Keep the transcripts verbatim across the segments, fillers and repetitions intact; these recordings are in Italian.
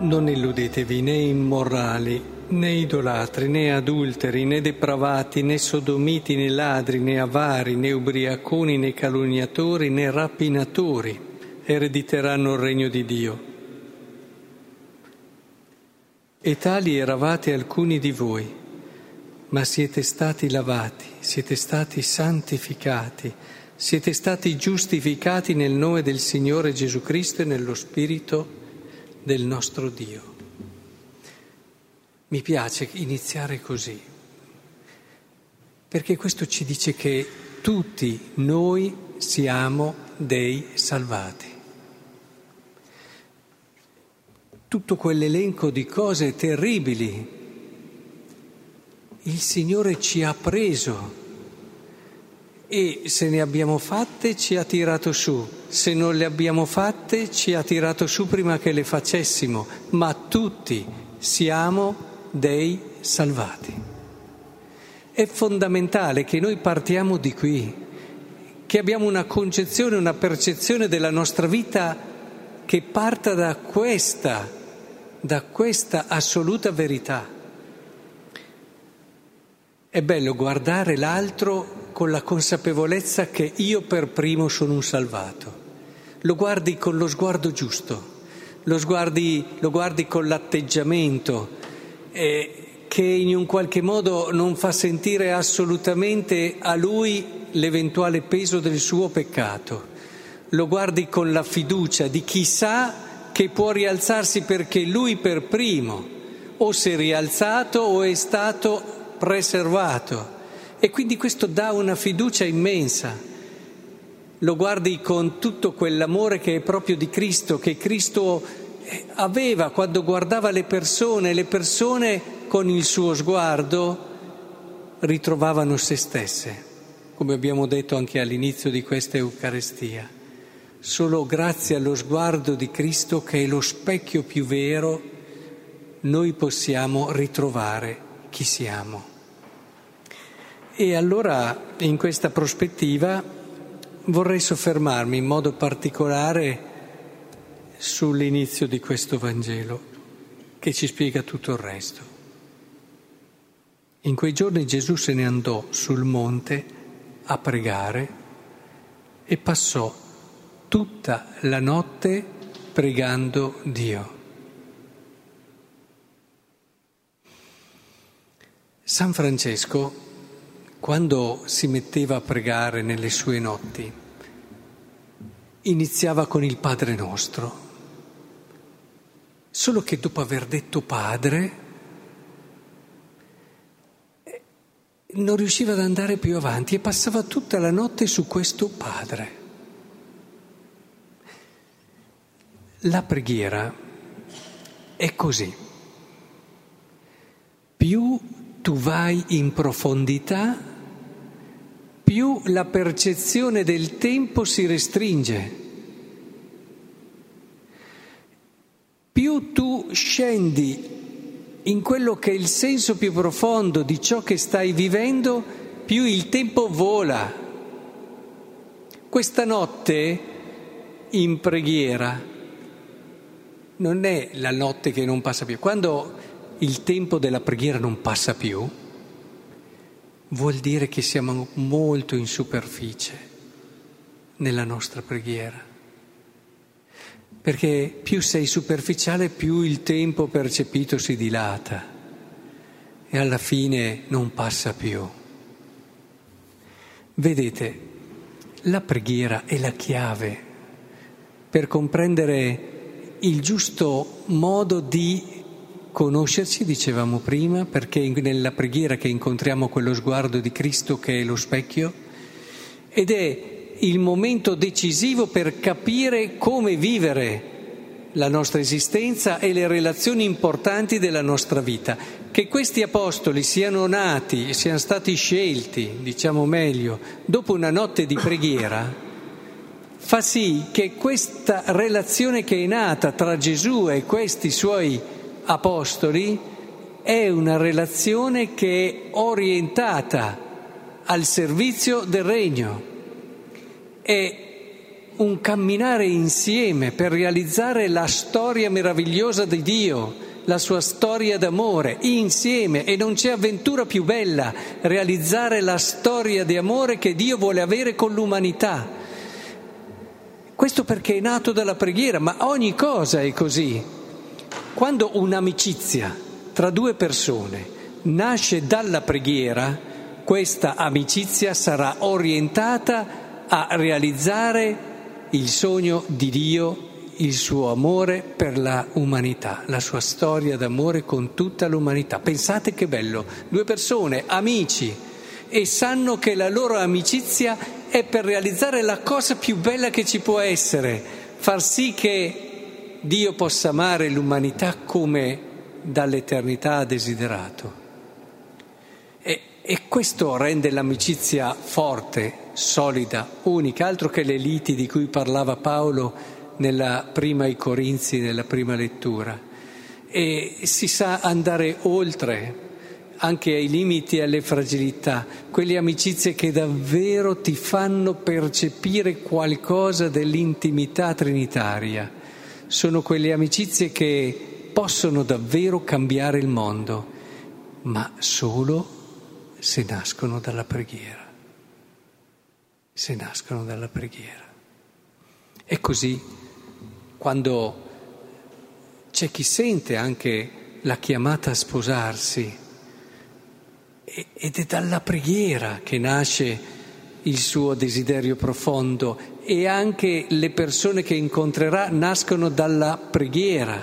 Non illudetevi, né immorali, né idolatri, né adulteri, né depravati, né sodomiti, né ladri, né avari, né ubriaconi, né calunniatori, né rapinatori erediteranno il regno di Dio. E tali eravate alcuni di voi, ma siete stati lavati, siete stati santificati, siete stati giustificati nel nome del Signore Gesù Cristo e nello Spirito del nostro Dio. Mi piace iniziare così, perché questo ci dice che tutti noi siamo dei salvati. Tutto quell'elenco di cose terribili il Signore ci ha preso e se ne abbiamo fatte ci ha tirato su, se non le abbiamo fatte ci ha tirato su prima che le facessimo, ma tutti siamo dei salvati. È fondamentale che noi partiamo di qui, che abbiamo una concezione, una percezione della nostra vita che parta da questa, da questa assoluta verità. È bello guardare l'altro con la consapevolezza che io per primo sono un salvato. Lo guardi con lo sguardo giusto, lo guardi, lo guardi con l'atteggiamento eh, che in un qualche modo non fa sentire assolutamente a lui l'eventuale peso del suo peccato. Lo guardi con la fiducia di chi sa che può rialzarsi perché lui per primo o si è rialzato o è stato preservato. E quindi questo dà una fiducia immensa. Lo guardi con tutto quell'amore che è proprio di Cristo, che Cristo aveva quando guardava le persone. Le persone con il suo sguardo ritrovavano se stesse, come abbiamo detto anche all'inizio di questa Eucaristia. Solo grazie allo sguardo di Cristo, che è lo specchio più vero, noi possiamo ritrovare chi siamo. E allora, in questa prospettiva, vorrei soffermarmi in modo particolare sull'inizio di questo Vangelo, che ci spiega tutto il resto. In quei giorni Gesù se ne andò sul monte a pregare e passò tutta la notte pregando Dio. San Francesco, quando si metteva a pregare nelle sue notti, iniziava con il Padre Nostro, solo che dopo aver detto Padre non riusciva ad andare più avanti e passava tutta la notte su questo Padre. La preghiera è così. Più tu vai in profondità, più la percezione del tempo si restringe. Più tu scendi in quello che è il senso più profondo di ciò che stai vivendo, più il tempo vola. Questa notte in preghiera non è la notte che non passa più. Quando il tempo della preghiera non passa più, vuol dire che siamo molto in superficie nella nostra preghiera. Perché più sei superficiale, più il tempo percepito si dilata e alla fine non passa più. Vedete, la preghiera è la chiave per comprendere il giusto modo di conoscerci, dicevamo prima, perché nella preghiera che incontriamo quello sguardo di Cristo che è lo specchio, ed è il momento decisivo per capire come vivere la nostra esistenza e le relazioni importanti della nostra vita. Che questi apostoli siano nati, siano stati scelti, diciamo meglio, dopo una notte di preghiera, fa sì che questa relazione che è nata tra Gesù e questi suoi apostoli è una relazione che è orientata al servizio del regno. E un camminare insieme per realizzare la storia meravigliosa di Dio, la sua storia d'amore, insieme, e non c'è avventura più bella, realizzare la storia di amore che Dio vuole avere con l'umanità. Questo perché è nato dalla preghiera, ma ogni cosa è così. Quando un'amicizia tra due persone nasce dalla preghiera, questa amicizia sarà orientata a realizzare il sogno di Dio, il suo amore per la umanità, la sua storia d'amore con tutta l'umanità. Pensate che bello, due persone, amici, e sanno che la loro amicizia è per realizzare la cosa più bella che ci può essere, far sì che Dio possa amare l'umanità come dall'eternità ha desiderato. E, e questo rende l'amicizia forte, solida, unica, altro che le liti di cui parlava Paolo nella prima ai Corinzi, nella prima lettura. E si sa andare oltre anche ai limiti e alle fragilità, quelle amicizie che davvero ti fanno percepire qualcosa dell'intimità trinitaria. Sono quelle amicizie che possono davvero cambiare il mondo, ma solo se nascono dalla preghiera. Se nascono dalla preghiera. E così, quando c'è chi sente anche la chiamata a sposarsi, ed è dalla preghiera che nasce il suo desiderio profondo, e anche le persone che incontrerà nascono dalla preghiera,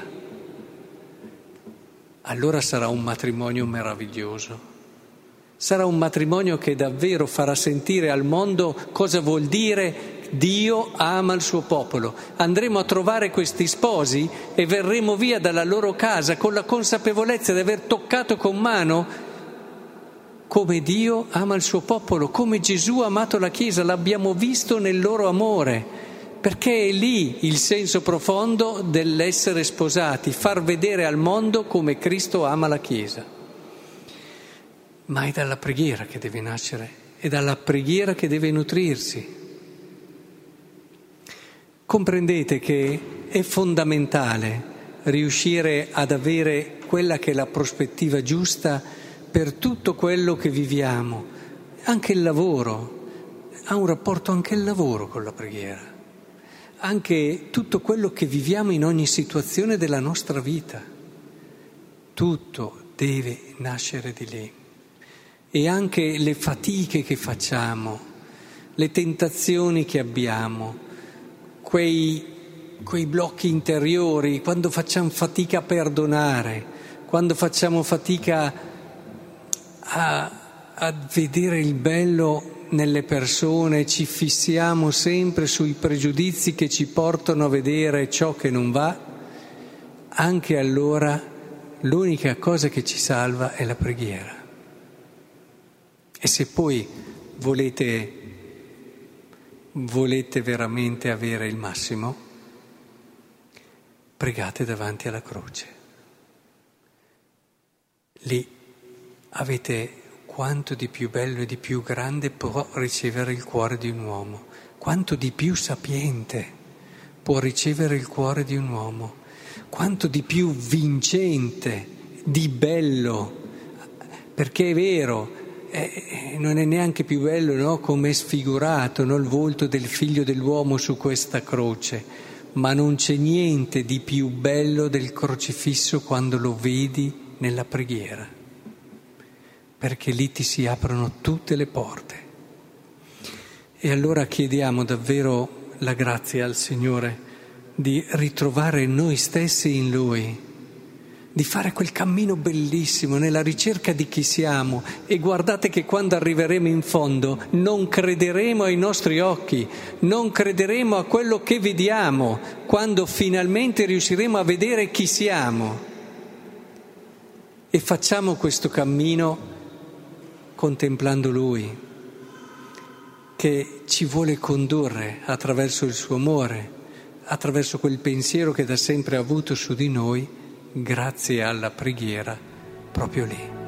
allora sarà un matrimonio meraviglioso. Sarà un matrimonio che davvero farà sentire al mondo cosa vuol dire Dio ama il suo popolo. Andremo a trovare questi sposi e verremo via dalla loro casa con la consapevolezza di aver toccato con mano come Dio ama il suo popolo, come Gesù ha amato la Chiesa. L'abbiamo visto nel loro amore, perché è lì il senso profondo dell'essere sposati, far vedere al mondo come Cristo ama la Chiesa. Ma è dalla preghiera che deve nascere, è dalla preghiera che deve nutrirsi. Comprendete che è fondamentale riuscire ad avere quella che è la prospettiva giusta per tutto quello che viviamo, anche il lavoro. Ha un rapporto anche il lavoro con la preghiera, anche tutto quello che viviamo in ogni situazione della nostra vita. Tutto deve nascere di lì. E anche le fatiche che facciamo, le tentazioni che abbiamo, quei, quei blocchi interiori, quando facciamo fatica a perdonare, quando facciamo fatica a, a vedere il bello nelle persone, ci fissiamo sempre sui pregiudizi che ci portano a vedere ciò che non va, anche allora l'unica cosa che ci salva è la preghiera. E se poi volete, volete veramente avere il massimo, pregate davanti alla croce. Lì avete quanto di più bello e di più grande può ricevere il cuore di un uomo, quanto di più sapiente può ricevere il cuore di un uomo, quanto di più vincente, di bello, perché è vero, Eh, non è neanche più bello, no? Come è sfigurato, no? Il volto del figlio dell'uomo su questa croce, ma non c'è niente di più bello del crocifisso quando lo vedi nella preghiera, perché lì ti si aprono tutte le porte. E allora chiediamo davvero la grazia al Signore di ritrovare noi stessi in Lui, di fare quel cammino bellissimo nella ricerca di chi siamo, e guardate che quando arriveremo in fondo non crederemo ai nostri occhi, non crederemo a quello che vediamo, quando finalmente riusciremo a vedere chi siamo. E facciamo questo cammino contemplando Lui, che ci vuole condurre attraverso il suo amore, attraverso quel pensiero che da sempre ha avuto su di noi, grazie alla preghiera proprio lì.